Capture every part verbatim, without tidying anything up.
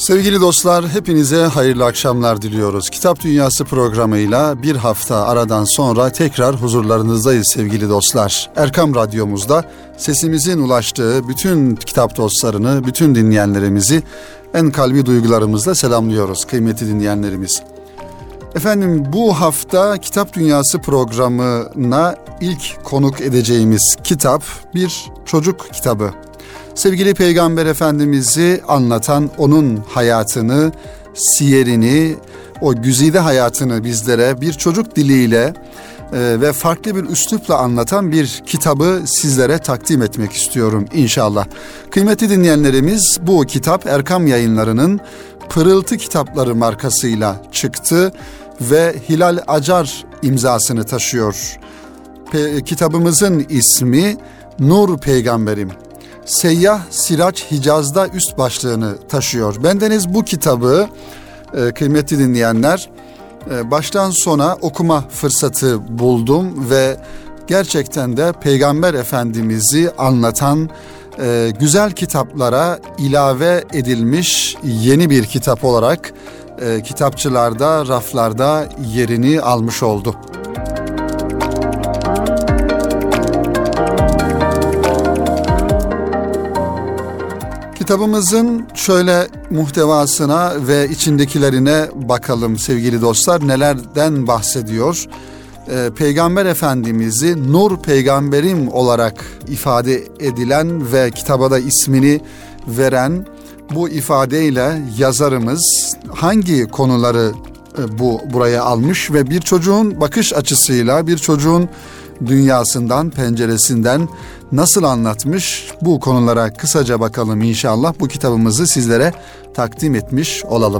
Sevgili dostlar, hepinize hayırlı akşamlar diliyoruz. Kitap Dünyası programıyla bir hafta aradan sonra tekrar huzurlarınızdayız sevgili dostlar. Erkam Radyomuzda sesimizin ulaştığı bütün kitap dostlarını, bütün dinleyenlerimizi en kalbi duygularımızla selamlıyoruz kıymetli dinleyenlerimiz. Efendim, bu hafta Kitap Dünyası programına ilk konuk edeceğimiz kitap bir çocuk kitabı. Sevgili Peygamber Efendimiz'i anlatan, onun hayatını, siyerini, o güzide hayatını bizlere bir çocuk diliyle e, ve farklı bir üslupla anlatan bir kitabı sizlere takdim etmek istiyorum inşallah. Kıymetli dinleyenlerimiz, bu kitap Erkam Yayınları'nın Pırıltı Kitapları markasıyla çıktı ve Hilal Acar imzasını taşıyor. Pe- kitabımızın ismi Nur Peygamberim. Seyyah Siraç Hicaz'da üst başlığını taşıyor. Bendeniz bu kitabı e, kıymetli dinleyenler e, baştan sona okuma fırsatı buldum ve gerçekten de Peygamber Efendimiz'i anlatan e, güzel kitaplara ilave edilmiş yeni bir kitap olarak e, kitapçılarda, raflarda yerini almış oldu. Kitabımızın şöyle muhtevasına ve içindekilerine bakalım sevgili dostlar. Nelerden bahsediyor? Ee, Peygamber Efendimiz'i Nur Peygamberim olarak ifade edilen ve kitaba da ismini veren bu ifadeyle yazarımız hangi konuları e, bu buraya almış ve bir çocuğun bakış açısıyla, bir çocuğun dünyasından, penceresinden nasıl anlatmış, bu konulara kısaca bakalım inşallah. Bu kitabımızı sizlere takdim etmiş olalım.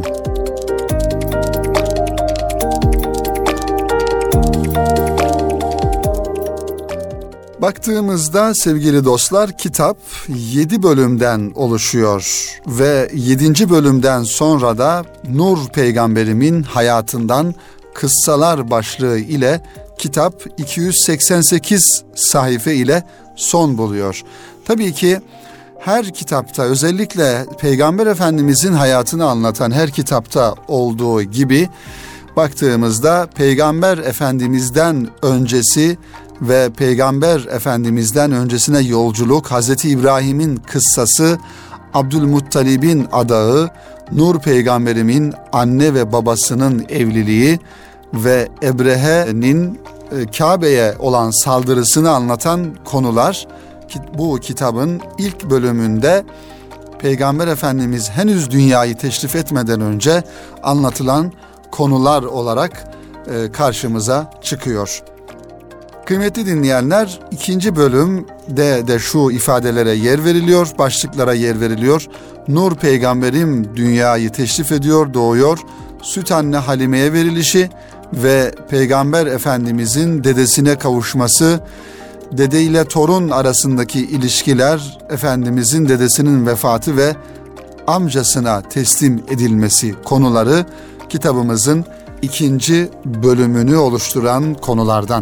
Baktığımızda sevgili dostlar, kitap yedi bölümden oluşuyor ve yedinci bölümden sonra da Nur Peygamberimin hayatından kıssalar başlığı ile kitap iki yüz seksen sekiz sayfa ile son buluyor. Tabii ki her kitapta, özellikle Peygamber Efendimizin hayatını anlatan her kitapta olduğu gibi, baktığımızda Peygamber Efendimiz'den öncesi ve Peygamber Efendimiz'den öncesine yolculuk, Hazreti İbrahim'in kıssası, Abdülmuttalib'in adağı, Nur Peygamberimin anne ve babasının evliliği ve Ebrehe'nin Kabe'ye olan saldırısını anlatan konular bu kitabın ilk bölümünde Peygamber Efendimiz henüz dünyayı teşrif etmeden önce anlatılan konular olarak karşımıza çıkıyor. Kıymetli dinleyenler, ikinci bölümde de şu ifadelere yer veriliyor, başlıklara yer veriliyor. Nur Peygamberim dünyayı teşrif ediyor, doğuyor. Süt anne Halime'ye verilişi ve Peygamber Efendimizin dedesine kavuşması, dede ile torun arasındaki ilişkiler, Efendimizin dedesinin vefatı ve amcasına teslim edilmesi konuları kitabımızın ikinci bölümünü oluşturan konulardan.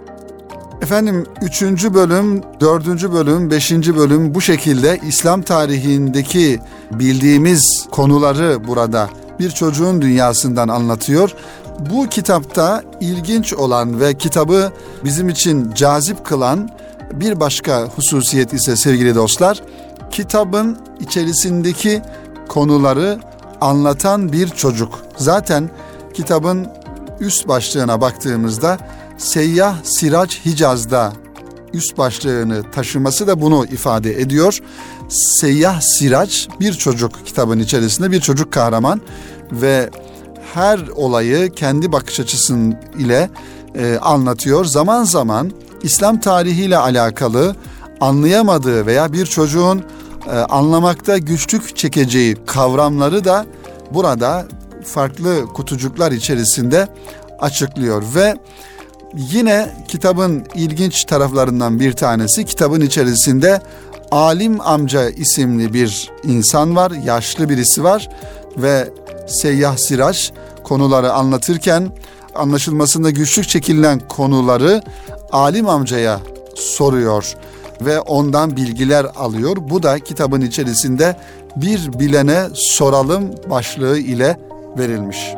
Efendim, üçüncü bölüm, dördüncü bölüm, beşinci bölüm bu şekilde İslam tarihindeki bildiğimiz konuları burada bir çocuğun dünyasından anlatıyor. Bu kitapta ilginç olan ve kitabı bizim için cazip kılan bir başka hususiyet ise sevgili dostlar, kitabın içerisindeki konuları anlatan bir çocuk. Zaten kitabın üst başlığına baktığımızda Seyyah Siraç Hicaz'da üst başlığını taşıması da bunu ifade ediyor. Seyyah Siraç bir çocuk, kitabın içerisinde bir çocuk kahraman ve her olayı kendi bakış açısı ile e, anlatıyor. Zaman zaman İslam tarihiyle alakalı anlayamadığı veya bir çocuğun e, anlamakta güçlük çekeceği kavramları da burada farklı kutucuklar içerisinde açıklıyor ve yine kitabın ilginç taraflarından bir tanesi, kitabın içerisinde Alim amca isimli bir insan var, yaşlı birisi var ve Seyyah Siraç konuları anlatırken anlaşılmasında güçlük çekilen konuları Alim amcaya soruyor ve ondan bilgiler alıyor. Bu da kitabın içerisinde bir bilene soralım başlığı ile verilmiş.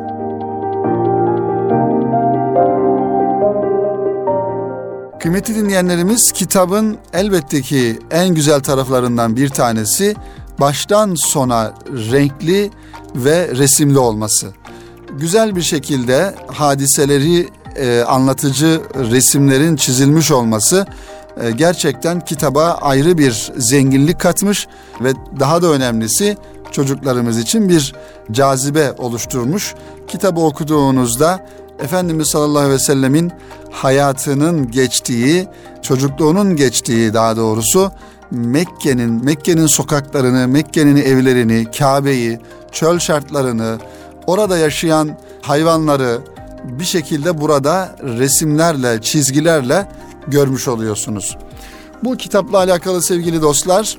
Kıymetli dinleyenlerimiz, kitabın elbette ki en güzel taraflarından bir tanesi baştan sona renkli ve resimli olması. Güzel bir şekilde hadiseleri e, anlatıcı resimlerin çizilmiş olması e, gerçekten kitaba ayrı bir zenginlik katmış ve daha da önemlisi çocuklarımız için bir cazibe oluşturmuş. Kitabı okuduğunuzda Efendimiz sallallahu aleyhi ve sellemin hayatının geçtiği, çocukluğunun geçtiği daha doğrusu Mekke'nin, Mekke'nin sokaklarını, Mekke'nin evlerini, Kabe'yi, çöl şartlarını, orada yaşayan hayvanları bir şekilde burada resimlerle, çizgilerle görmüş oluyorsunuz. Bu kitapla alakalı sevgili dostlar,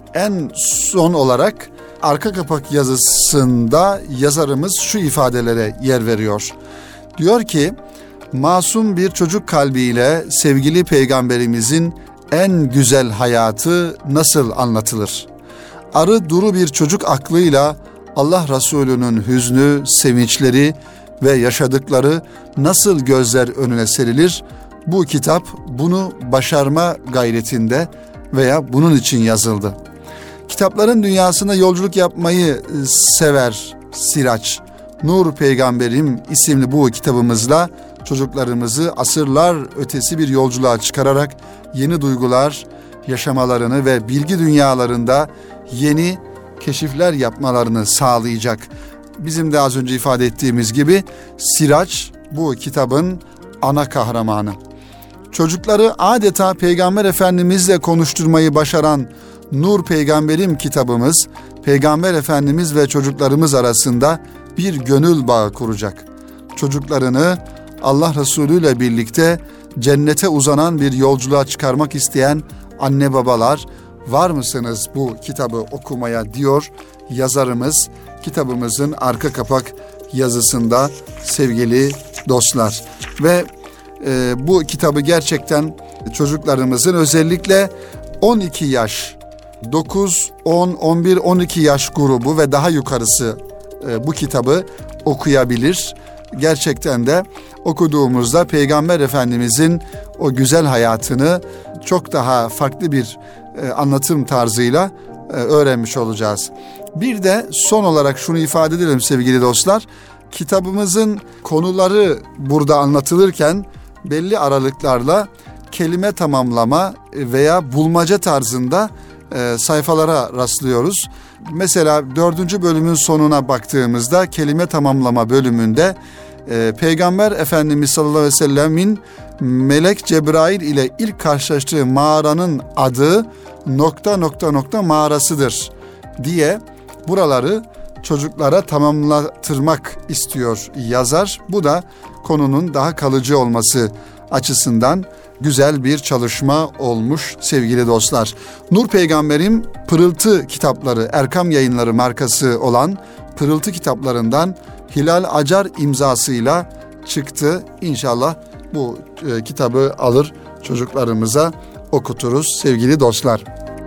en son olarak arka kapak yazısında yazarımız şu ifadelere yer veriyor. Diyor ki, masum bir çocuk kalbiyle sevgili peygamberimizin en güzel hayatı nasıl anlatılır? Arı duru bir çocuk aklıyla Allah Resulü'nün hüznü, sevinçleri ve yaşadıkları nasıl gözler önüne serilir? Bu kitap bunu başarma gayretinde veya bunun için yazıldı. Kitapların dünyasına yolculuk yapmayı sever Siraç. Nur Peygamberim isimli bu kitabımızla çocuklarımızı asırlar ötesi bir yolculuğa çıkararak yeni duygular yaşamalarını ve bilgi dünyalarında yeni keşifler yapmalarını sağlayacak. Bizim de az önce ifade ettiğimiz gibi Siraç bu kitabın ana kahramanı. Çocukları adeta Peygamber Efendimizle konuşturmayı başaran Nur Peygamberim kitabımız, Peygamber Efendimiz ve çocuklarımız arasında bir gönül bağı kuracak. Çocuklarını Allah Resulü ile birlikte cennete uzanan bir yolculuğa çıkarmak isteyen anne babalar, var mısınız bu kitabı okumaya diyor yazarımız kitabımızın arka kapak yazısında sevgili dostlar. Ve e, bu kitabı gerçekten çocuklarımızın özellikle on iki yaş, dokuz, on, on bir, on iki yaş grubu ve daha yukarısı e, bu kitabı okuyabilir. Gerçekten de okuduğumuzda Peygamber Efendimizin o güzel hayatını çok daha farklı bir e, anlatım tarzıyla e, öğrenmiş olacağız. Bir de son olarak şunu ifade edelim sevgili dostlar. Kitabımızın konuları burada anlatılırken belli aralıklarla kelime tamamlama veya bulmaca tarzında e, sayfalara rastlıyoruz. Mesela dördüncü bölümün sonuna baktığımızda kelime tamamlama bölümünde e, Peygamber Efendimiz sallallahu aleyhi ve sellemin Melek Cebrail ile ilk karşılaştığı mağaranın adı nokta nokta nokta mağarasıdır diye buraları çocuklara tamamlatırmak istiyor yazar. Bu da konunun daha kalıcı olması açısından güzel bir çalışma olmuş sevgili dostlar. Nur Peygamberim Pırıltı kitapları, Erkam Yayınları markası olan Pırıltı kitaplarından Hilal Acar imzasıyla çıktı. İnşallah bu e, kitabı alır çocuklarımıza okuturuz sevgili dostlar.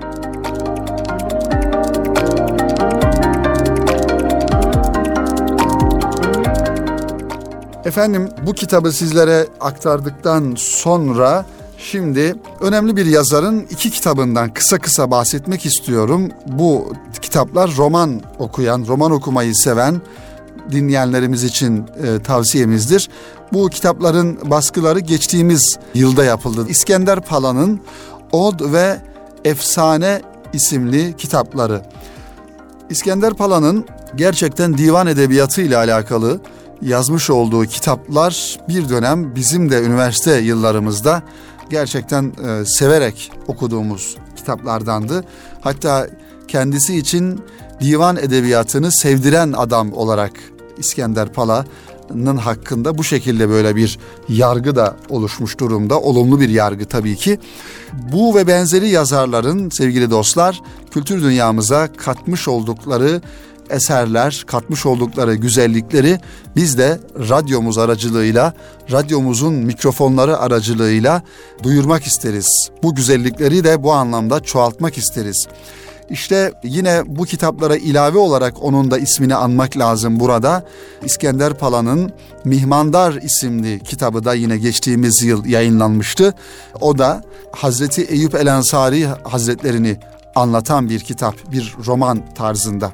Efendim, bu kitabı sizlere aktardıktan sonra şimdi önemli bir yazarın iki kitabından kısa kısa bahsetmek istiyorum. Bu kitaplar roman okuyan, roman okumayı seven dinleyenlerimiz için e, tavsiyemizdir. Bu kitapların baskıları geçtiğimiz yılda yapıldı. İskender Pala'nın Od ve Efsane isimli kitapları. İskender Pala'nın gerçekten divan edebiyatı ile alakalı yazmış olduğu kitaplar bir dönem bizim de üniversite yıllarımızda gerçekten e, severek okuduğumuz kitaplardandı. Hatta kendisi için divan edebiyatını sevdiren adam olarak İskender Pala'nın hakkında bu şekilde böyle bir yargı da oluşmuş durumda. Olumlu bir yargı tabii ki. Bu ve benzeri yazarların sevgili dostlar kültür dünyamıza katmış oldukları eserler, katmış oldukları güzellikleri biz de radyomuz aracılığıyla, radyomuzun mikrofonları aracılığıyla duyurmak isteriz. Bu güzellikleri de bu anlamda çoğaltmak isteriz. İşte yine bu kitaplara ilave olarak onun da ismini anmak lazım burada. İskender Pala'nın Mihmandar isimli kitabı da yine geçtiğimiz yıl yayınlanmıştı. O da Hazreti Eyüp El Ensari Hazretlerini anlatan bir kitap, bir roman tarzında.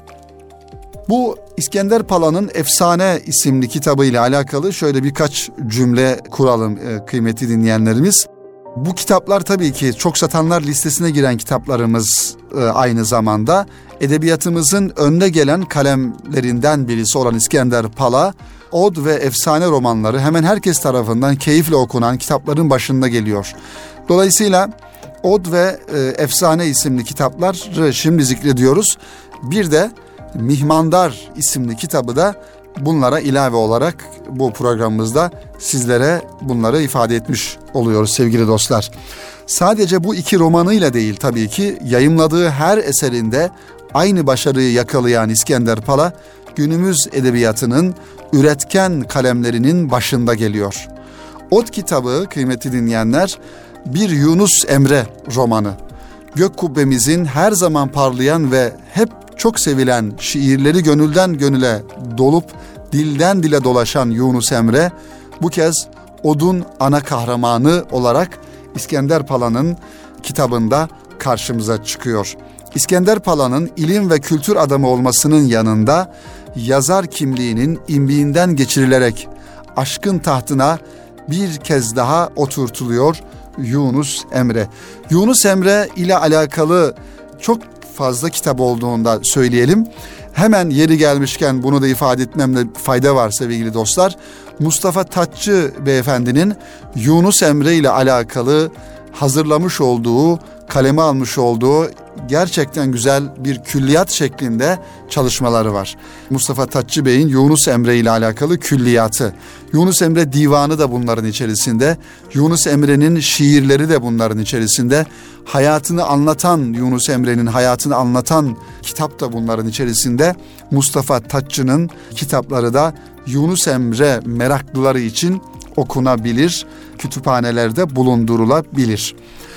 Bu İskender Pala'nın Efsane isimli kitabı ile alakalı şöyle birkaç cümle kuralım kıymetli dinleyenlerimiz. Bu kitaplar tabii ki çok satanlar listesine giren kitaplarımız aynı zamanda. Edebiyatımızın önde gelen kalemlerinden birisi olan İskender Pala, Od ve Efsane romanları hemen herkes tarafından keyifle okunan kitapların başında geliyor. Dolayısıyla Od ve Efsane isimli kitapları şimdi zikrediyoruz. Bir de Mihmandar isimli kitabı da bunlara ilave olarak bu programımızda sizlere bunları ifade etmiş oluyoruz sevgili dostlar. Sadece bu iki romanıyla değil tabii ki, yayımladığı her eserinde aynı başarıyı yakalayan İskender Pala, günümüz edebiyatının üretken kalemlerinin başında geliyor. Od kitabı kıymetli dinleyenler, bir Yunus Emre romanı. Gök kubbemizin her zaman parlayan ve hep çok sevilen şiirleri gönülden gönüle dolup dilden dile dolaşan Yunus Emre bu kez Od'un ana kahramanı olarak İskender Pala'nın kitabında karşımıza çıkıyor. İskender Pala'nın ilim ve kültür adamı olmasının yanında yazar kimliğinin imbiğinden geçirilerek aşkın tahtına bir kez daha oturtuluyor Yunus Emre. Yunus Emre ile alakalı çok fazla kitap olduğunda söyleyelim. Hemen yeri gelmişken bunu da ifade etmemde fayda var sevgili dostlar. Mustafa Taççı beyefendinin Yunus Emre ile alakalı hazırlamış olduğu, kaleme almış olduğu gerçekten güzel bir külliyat şeklinde çalışmaları var. Mustafa Taççı Bey'in Yunus Emre ile alakalı külliyatı. Yunus Emre divanı da bunların içerisinde. Yunus Emre'nin şiirleri de bunların içerisinde. Hayatını anlatan, Yunus Emre'nin hayatını anlatan kitap da bunların içerisinde. Mustafa Taççı'nın kitapları da Yunus Emre meraklıları için okunabilir, kütüphanelerde bulundurulabilir.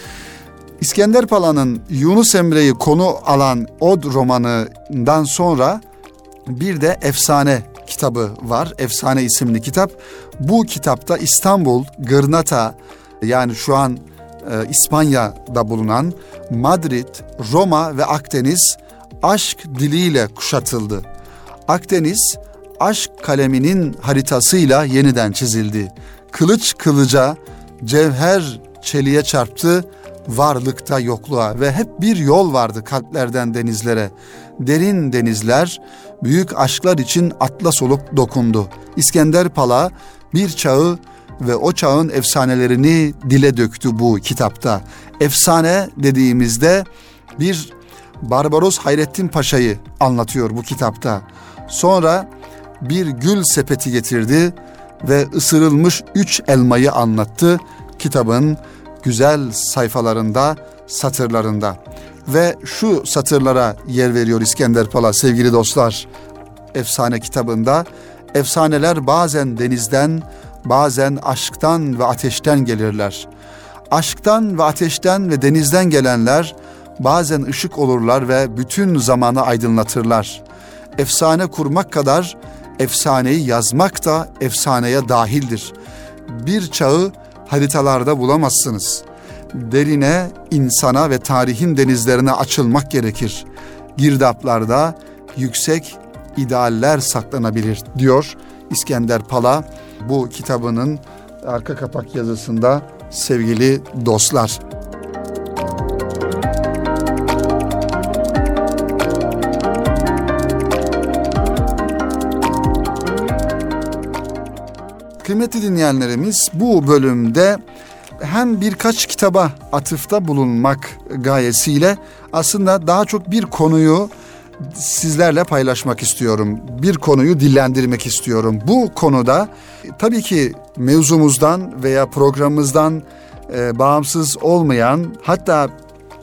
İskender Pala'nın Yunus Emre'yi konu alan Od romanından sonra bir de Efsane kitabı var. Efsane isimli kitap. Bu kitapta İstanbul, Gırnata, yani şu an e, İspanya'da bulunan Madrid, Roma ve Akdeniz aşk diliyle kuşatıldı. Akdeniz aşk kaleminin haritasıyla yeniden çizildi. Kılıç kılıca, cevher çeliğe çarptı, varlıkta yokluğa ve hep bir yol vardı kalplerden denizlere. Derin denizler büyük aşklar için atlas olup dokundu. İskender Pala bir çağı ve o çağın efsanelerini dile döktü bu kitapta. Efsane dediğimizde bir Barbaros Hayrettin Paşa'yı anlatıyor bu kitapta. Sonra bir gül sepeti getirdi ve ısırılmış üç elmayı anlattı kitabın güzel sayfalarında, satırlarında. Ve şu satırlara yer veriyor İskender Pala sevgili dostlar. Efsane kitabında, efsaneler bazen denizden, bazen aşktan ve ateşten gelirler. Aşktan ve ateşten ve denizden gelenler bazen ışık olurlar ve bütün zamanı aydınlatırlar. Efsane kurmak kadar efsaneyi yazmak da efsaneye dahildir. Bir çağı haritalarda bulamazsınız. Derine, insana ve tarihin denizlerine açılmak gerekir. Girdaplarda yüksek idealler saklanabilir diyor İskender Pala bu kitabının arka kapak yazısında sevgili dostlar. Kıymetli dinleyenlerimiz, bu bölümde hem birkaç kitaba atıfta bulunmak gayesiyle aslında daha çok bir konuyu sizlerle paylaşmak istiyorum. Bir konuyu dillendirmek istiyorum. Bu konuda tabii ki mevzumuzdan veya programımızdan e, bağımsız olmayan, hatta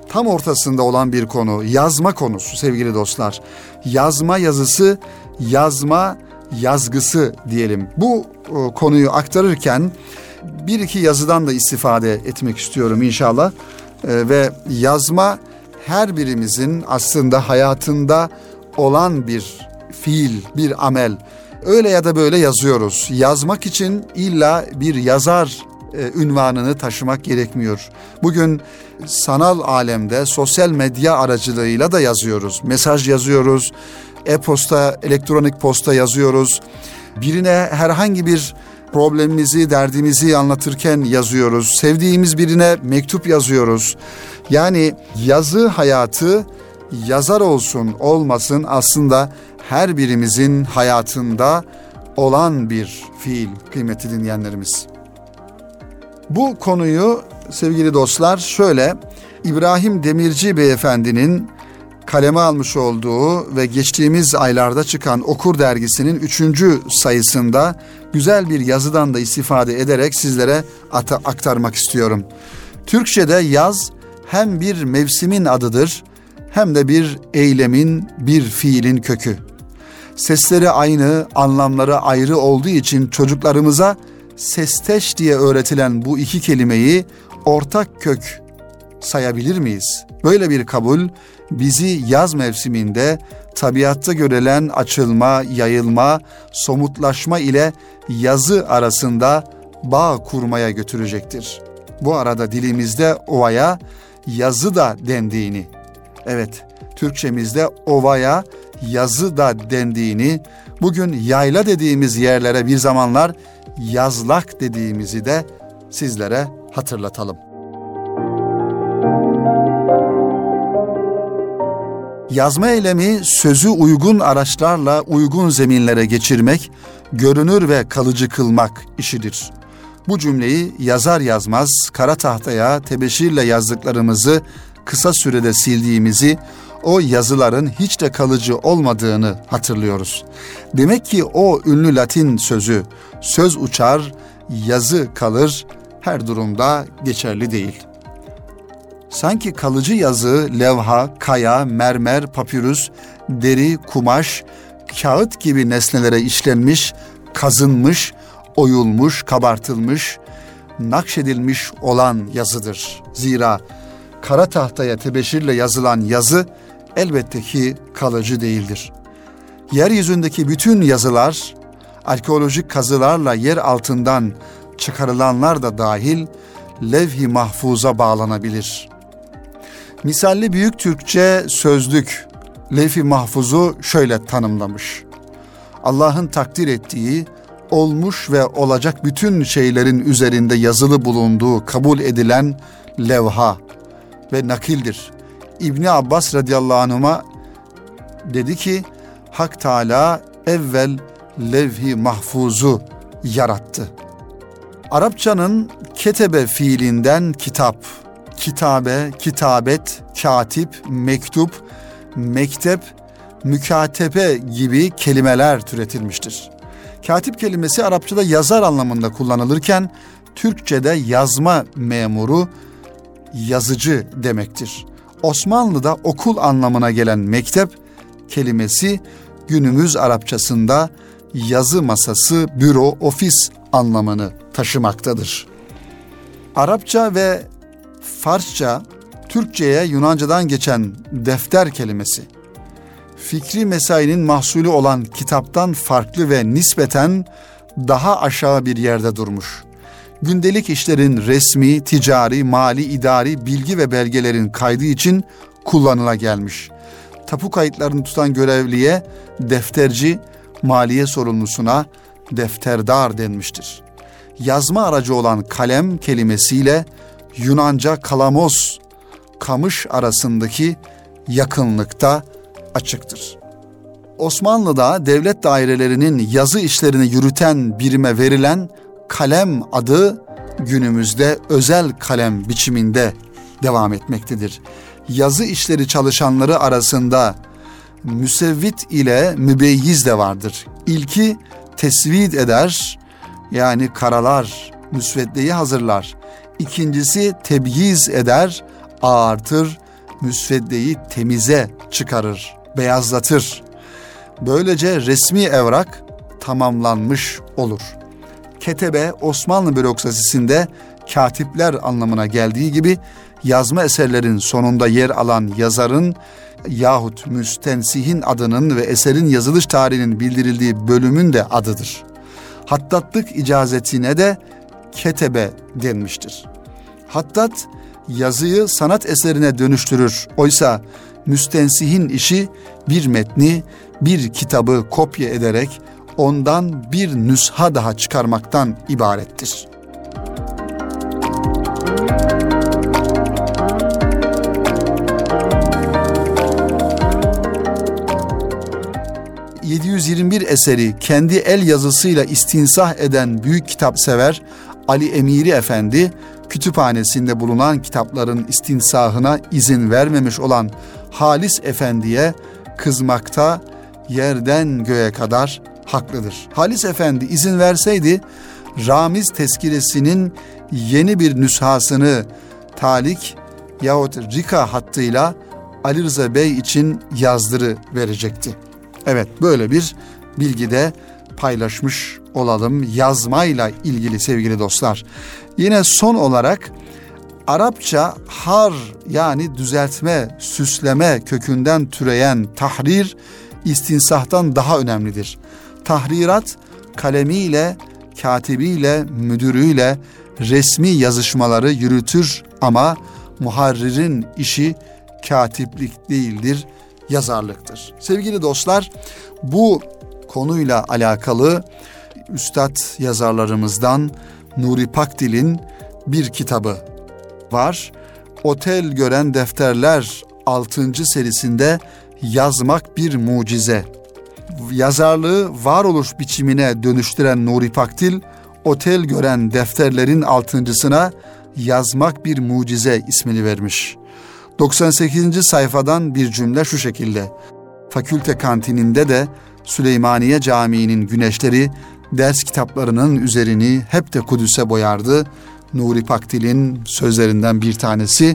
tam ortasında olan bir konu. Yazma konusu sevgili dostlar. Yazma yazısı, yazma yazgısı diyelim. Bu e, konuyu aktarırken bir iki yazıdan da istifade etmek istiyorum inşallah. E, ve yazma her birimizin aslında hayatında olan bir fiil, bir amel. Öyle ya da böyle yazıyoruz. Yazmak için illa bir yazar e, ünvanını taşımak gerekmiyor. Bugün sanal alemde sosyal medya aracılığıyla da yazıyoruz. Mesaj yazıyoruz, e-posta, elektronik posta yazıyoruz. Birine herhangi bir problemimizi, derdimizi anlatırken yazıyoruz. Sevdiğimiz birine mektup yazıyoruz. Yani yazı hayatı, yazar olsun olmasın, aslında her birimizin hayatında olan bir fiil kıymetli dinleyenlerimiz. Bu konuyu sevgili dostlar şöyle, İbrahim Demirci Beyefendinin kaleme almış olduğu ve geçtiğimiz aylarda çıkan Okur dergisinin üçüncü sayısında güzel bir yazıdan da istifade ederek sizlere ata- aktarmak istiyorum. Türkçe'de yaz hem bir mevsimin adıdır hem de bir eylemin, bir fiilin kökü. Sesleri aynı, anlamları ayrı olduğu için çocuklarımıza sesteş diye öğretilen bu iki kelimeyi ortak kök sayabilir miyiz? Böyle bir kabul bizi yaz mevsiminde tabiatta görülen açılma, yayılma, somutlaşma ile yazı arasında bağ kurmaya götürecektir. Bu arada dilimizde ovaya yazı da dendiğini, evet Türkçemizde ovaya yazı da dendiğini, bugün yayla dediğimiz yerlere bir zamanlar yazlak dediğimizi de sizlere hatırlatalım. Yazma eylemi sözü uygun araçlarla uygun zeminlere geçirmek, görünür ve kalıcı kılmak işidir. Bu cümleyi yazar yazmaz kara tahtaya tebeşirle yazdıklarımızı kısa sürede sildiğimizi, o yazıların hiç de kalıcı olmadığını hatırlıyoruz. Demek ki o ünlü Latin sözü söz uçar, yazı kalır her durumda geçerli değil. Sanki kalıcı yazı levha, kaya, mermer, papirüs, deri, kumaş, kağıt gibi nesnelere işlenmiş, kazınmış, oyulmuş, kabartılmış, nakşedilmiş olan yazıdır. Zira kara tahtaya tebeşirle yazılan yazı elbette ki kalıcı değildir. Yeryüzündeki bütün yazılar, arkeolojik kazılarla yer altından çıkarılanlar da dahil levh-i mahfuza bağlanabilir. Misalli Büyük Türkçe Sözlük levh-i mahfuzu şöyle tanımlamış: Allah'ın takdir ettiği, olmuş ve olacak bütün şeylerin üzerinde yazılı bulunduğu kabul edilen levha ve nakildir. İbni Abbas radıyallahu anhuma dedi ki, Hak Teâlâ evvel levh-i mahfuzu yarattı. Arapçanın ketebe fiilinden kitap, kitabe, kitabet, katip, mektup, mektep, mükatepe gibi kelimeler türetilmiştir. Katip kelimesi Arapçada yazar anlamında kullanılırken Türkçe'de yazma memuru, yazıcı demektir. Osmanlı'da okul anlamına gelen mektep kelimesi günümüz Arapçasında yazı masası, büro, ofis anlamını taşımaktadır. Arapça ve Farsça, Türkçe'ye Yunanca'dan geçen defter kelimesi, fikri mesainin mahsulü olan kitaptan farklı ve nispeten daha aşağı bir yerde durmuş. Gündelik işlerin resmi, ticari, mali, idari bilgi ve belgelerin kaydı için kullanıla gelmiş. Tapu kayıtlarını tutan görevliye defterci, maliye sorumlusuna defterdar denmiştir. Yazma aracı olan kalem kelimesiyle Yunanca kalamos, kamış arasındaki yakınlıkta açıktır. Osmanlı'da devlet dairelerinin yazı işlerini yürüten birime verilen kalem adı günümüzde özel kalem biçiminde devam etmektedir. Yazı işleri çalışanları arasında müsevvit ile mübeyyiz de vardır. İlki tesvid eder, yani karalar, müsveddeyi hazırlar. İkincisi tebyiz eder, ağartır, müsveddeyi temize çıkarır, beyazlatır. Böylece resmi evrak tamamlanmış olur. Ketebe Osmanlı bürokrasisinde katipler anlamına geldiği gibi yazma eserlerin sonunda yer alan yazarın yahut müstensihin adının ve eserin yazılış tarihinin bildirildiği bölümün de adıdır. Hattatlık icazetine de ketebe denmiştir. Hattat yazıyı sanat eserine dönüştürür. Oysa müstensihin işi bir metni, bir kitabı kopya ederek ondan bir nüsha daha çıkarmaktan ibarettir. yedi yüz yirmi bir eseri kendi el yazısıyla istinsah eden büyük kitapsever Ali Emiri Efendi, kütüphanesinde bulunan kitapların istinsahına izin vermemiş olan Halis Efendi'ye kızmakta yerden göğe kadar haklıdır. Halis Efendi izin verseydi Ramiz Tezkiresinin yeni bir nüshasını talik yahut rika hattıyla Ali Rıza Bey için yazdırı verecekti. Evet, böyle bir bilgi de paylaşmış olalım yazmayla ilgili sevgili dostlar. Yine son olarak Arapça har yani düzeltme, süsleme kökünden türeyen tahrir istinsahtan daha önemlidir. Tahrirat kalemiyle, katibiyle, müdürüyle resmi yazışmaları yürütür ama muharririn işi katiplik değildir, yazarlıktır. Sevgili dostlar, bu konuyla alakalı üstad yazarlarımızdan Nuri Pakdil'in bir kitabı var. Otel Gören Defterler altıncı serisinde yazmak bir mucize. Yazarlığı varoluş biçimine dönüştüren Nuri Pakdil, Otel Gören Defterlerin altıncısına yazmak bir mucize ismini vermiş. doksan sekizinci sayfadan bir cümle şu şekilde: fakülte kantininde de Süleymaniye Camii'nin güneşleri ders kitaplarının üzerini hep de Kudüs'e boyardı. Nuri Pakdil'in sözlerinden bir tanesi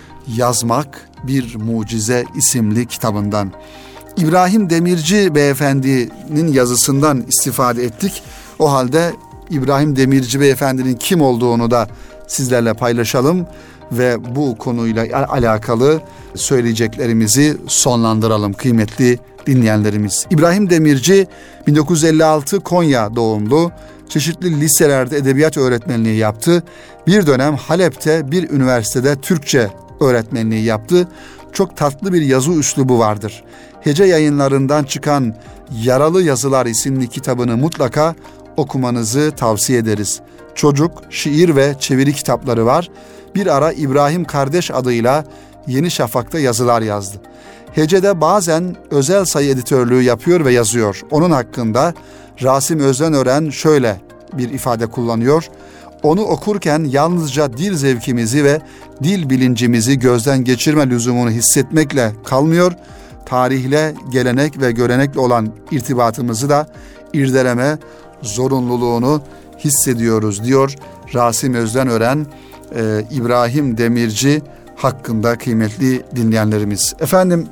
Yazmak Bir Mucize isimli kitabından. İbrahim Demirci Beyefendi'nin yazısından istifade ettik. O halde İbrahim Demirci Beyefendi'nin kim olduğunu da sizlerle paylaşalım ve bu konuyla alakalı söyleyeceklerimizi sonlandıralım kıymetli dinleyenlerimiz. İbrahim Demirci bin dokuz yüz elli altı Konya doğumlu, çeşitli liselerde edebiyat öğretmenliği yaptı. Bir dönem Halep'te bir üniversitede Türkçe öğretmenliği yaptı. Çok tatlı bir yazı üslubu vardır. Hece Yayınlarından çıkan Yaralı Yazılar isimli kitabını mutlaka okumanızı tavsiye ederiz. Çocuk, şiir ve çeviri kitapları var. Bir ara İbrahim Kardeş adıyla Yeni Şafak'ta yazılar yazdı. Hece'de bazen özel sayı editörlüğü yapıyor ve yazıyor. Onun hakkında Rasim Özdenören şöyle bir ifade kullanıyor: onu okurken yalnızca dil zevkimizi ve dil bilincimizi gözden geçirme lüzumunu hissetmekle kalmıyor, tarihle, gelenek ve görenekle olan irtibatımızı da irdeleme zorunluluğunu hissediyoruz diyor Rasim Özdenören e, İbrahim Demirci hakkında kıymetli dinleyenlerimiz. Efendim,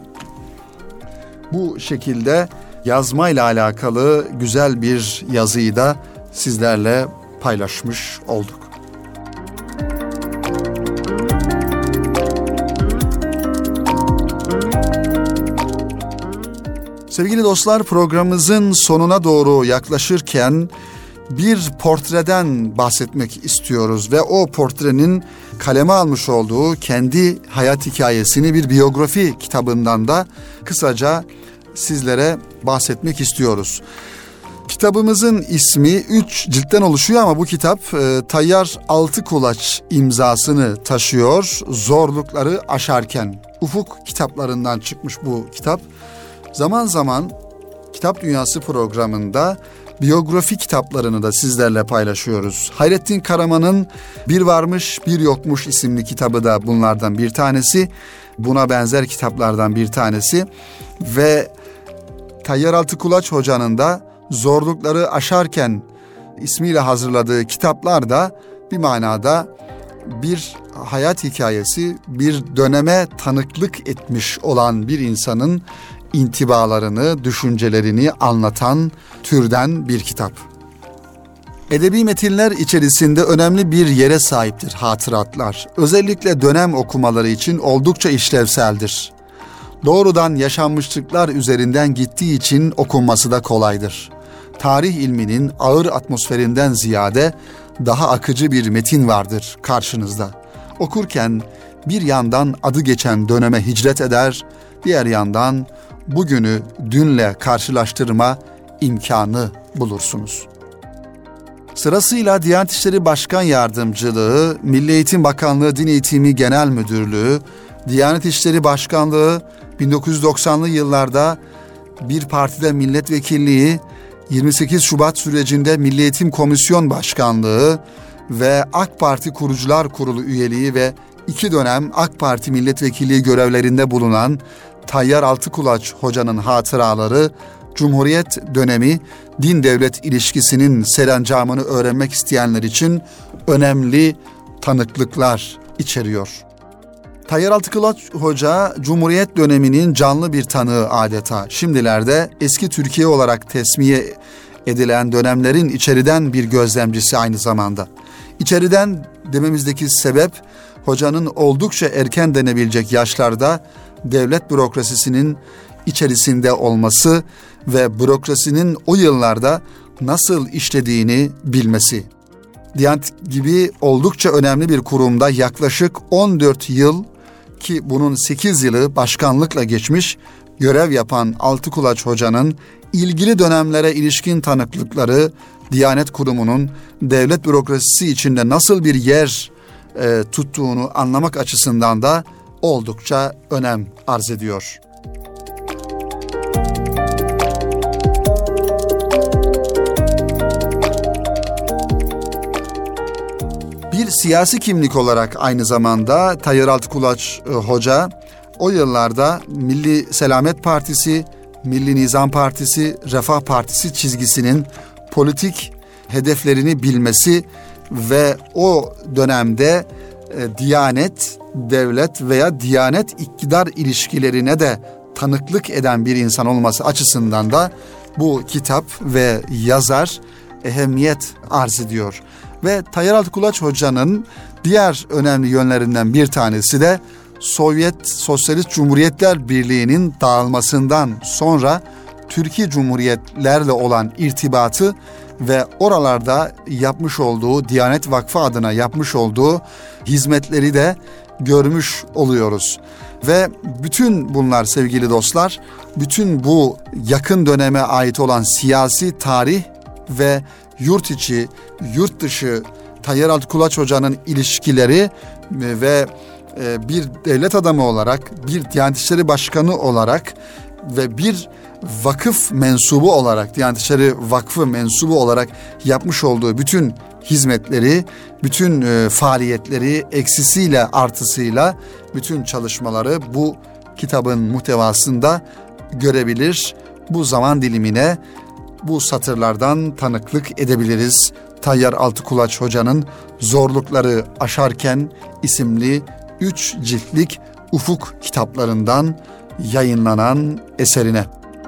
bu şekilde yazmayla alakalı güzel bir yazıyı da sizlerle paylaşmış olduk. Sevgili dostlar, programımızın sonuna doğru yaklaşırken bir portreden bahsetmek istiyoruz ve o portrenin kaleme almış olduğu kendi hayat hikayesini bir biyografi kitabından da kısaca sizlere bahsetmek istiyoruz. Kitabımızın ismi üç ciltten oluşuyor ama bu kitap e, Tayyar Altıkulaç imzasını taşıyor. Zorlukları Aşarken. Ufuk kitaplarından çıkmış bu kitap. Zaman zaman Kitap Dünyası programında biyografi kitaplarını da sizlerle paylaşıyoruz. Hayrettin Karaman'ın Bir Varmış Bir Yokmuş isimli kitabı da bunlardan bir tanesi. Buna benzer kitaplardan bir tanesi. Ve Tayyar Altıkulaç Hoca'nın da Zorlukları Aşarken ismiyle hazırladığı kitaplar da bir manada bir hayat hikayesi bir döneme tanıklık etmiş olan bir insanın intibalarını, düşüncelerini anlatan türden bir kitap. Edebi metinler içerisinde önemli bir yere sahiptir hatıratlar. Özellikle dönem okumaları için oldukça işlevseldir. Doğrudan yaşanmışlıklar üzerinden gittiği için okunması da kolaydır. Tarih ilminin ağır atmosferinden ziyade daha akıcı bir metin vardır karşınızda. Okurken bir yandan adı geçen döneme hicret eder, diğer yandan bugünü dünle karşılaştırma imkanı bulursunuz. Sırasıyla Diyanet İşleri Başkan Yardımcılığı, Milli Eğitim Bakanlığı Din Eğitimi Genel Müdürlüğü, Diyanet İşleri Başkanlığı, bin dokuz yüz doksanlı yıllarda bir partide milletvekilliği, yirmi sekiz Şubat sürecinde Milli Eğitim Komisyon Başkanlığı ve AK Parti Kurucular Kurulu üyeliği ve iki dönem AK Parti milletvekilliği görevlerinde bulunan Tayyar Altıkulaç Hoca'nın hatıraları, Cumhuriyet dönemi din-devlet ilişkisinin serencamını öğrenmek isteyenler için önemli tanıklıklar içeriyor. Tayyar Altıkulaç Hoca, Cumhuriyet döneminin canlı bir tanığı adeta. Şimdilerde eski Türkiye olarak tesmiye edilen dönemlerin içeriden bir gözlemcisi aynı zamanda. İçeriden dememizdeki sebep, hocanın oldukça erken denebilecek yaşlarda devlet bürokrasisinin içerisinde olması ve bürokrasinin o yıllarda nasıl işlediğini bilmesi. Diyanet gibi oldukça önemli bir kurumda yaklaşık on dört yıl, ki bunun sekiz yılı başkanlıkla geçmiş, görev yapan Altıkulaç Hoca'nın ilgili dönemlere ilişkin tanıklıkları Diyanet Kurumu'nun devlet bürokrasisi içinde nasıl bir yer e, tuttuğunu anlamak açısından da oldukça önem arz ediyor. Bir siyasi kimlik olarak aynı zamanda Tayyar Altıkulaç e, Hoca o yıllarda Milli Selamet Partisi, Milli Nizam Partisi, Refah Partisi çizgisinin politik hedeflerini bilmesi ve o dönemde e, Diyanet, devlet veya Diyanet iktidar ilişkilerine de tanıklık eden bir insan olması açısından da bu kitap ve yazar ehemmiyet arz ediyor. Ve Tayyar Altıkulaç Hoca'nın diğer önemli yönlerinden bir tanesi de Sovyet Sosyalist Cumhuriyetler Birliği'nin dağılmasından sonra Türkiye Cumhuriyetlerle olan irtibatı ve oralarda yapmış olduğu, Diyanet Vakfı adına yapmış olduğu hizmetleri de görmüş oluyoruz. Ve bütün bunlar sevgili dostlar, bütün bu yakın döneme ait olan siyasi tarih ve yurt içi, yurt dışı Tayyar Altıkulaç Hoca'nın ilişkileri ve bir devlet adamı olarak, bir Diyanet İşleri Başkanı olarak ve bir vakıf mensubu olarak, Diyanet İşleri Vakfı mensubu olarak yapmış olduğu bütün hizmetleri, bütün e, faaliyetleri eksisiyle artısıyla bütün çalışmaları bu kitabın muhtevasında görebilir. Bu zaman dilimine bu satırlardan tanıklık edebiliriz. Tayyar Altıkulaç Hoca'nın Zorlukları Aşarken isimli üç ciltlik Ufuk kitaplarından yayınlanan eserine.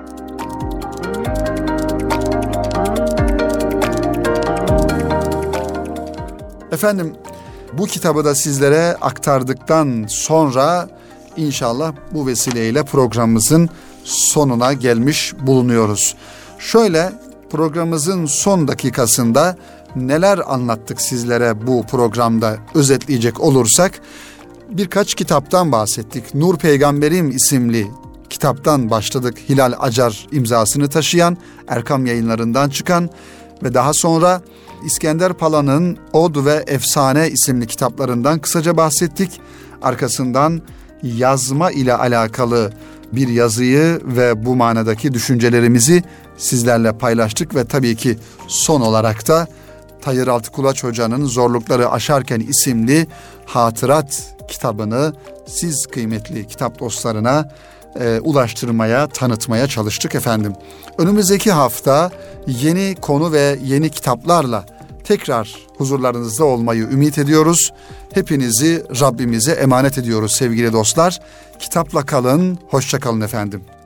Efendim, bu kitabı da sizlere aktardıktan sonra inşallah bu vesileyle programımızın sonuna gelmiş bulunuyoruz. Şöyle programımızın son dakikasında neler anlattık sizlere bu programda özetleyecek olursak, birkaç kitaptan bahsettik. Nur Peygamberim isimli kitaptan başladık. Hilal Acar imzasını taşıyan, Erkam Yayınlarından çıkan ve daha sonra İskender Pala'nın Od ve Efsane isimli kitaplarından kısaca bahsettik. Arkasından yazma ile alakalı bir yazıyı ve bu manadaki düşüncelerimizi sizlerle paylaştık ve tabii ki son olarak da Tayyar Altıkulaç Hoca'nın Zorlukları Aşarken isimli hatırat kitabını siz kıymetli kitap dostlarına e, ulaştırmaya, tanıtmaya çalıştık efendim. Önümüzdeki hafta yeni konu ve yeni kitaplarla tekrar huzurlarınızda olmayı ümit ediyoruz. Hepinizi Rabbimize emanet ediyoruz sevgili dostlar. Kitapla kalın, hoşça kalın efendim.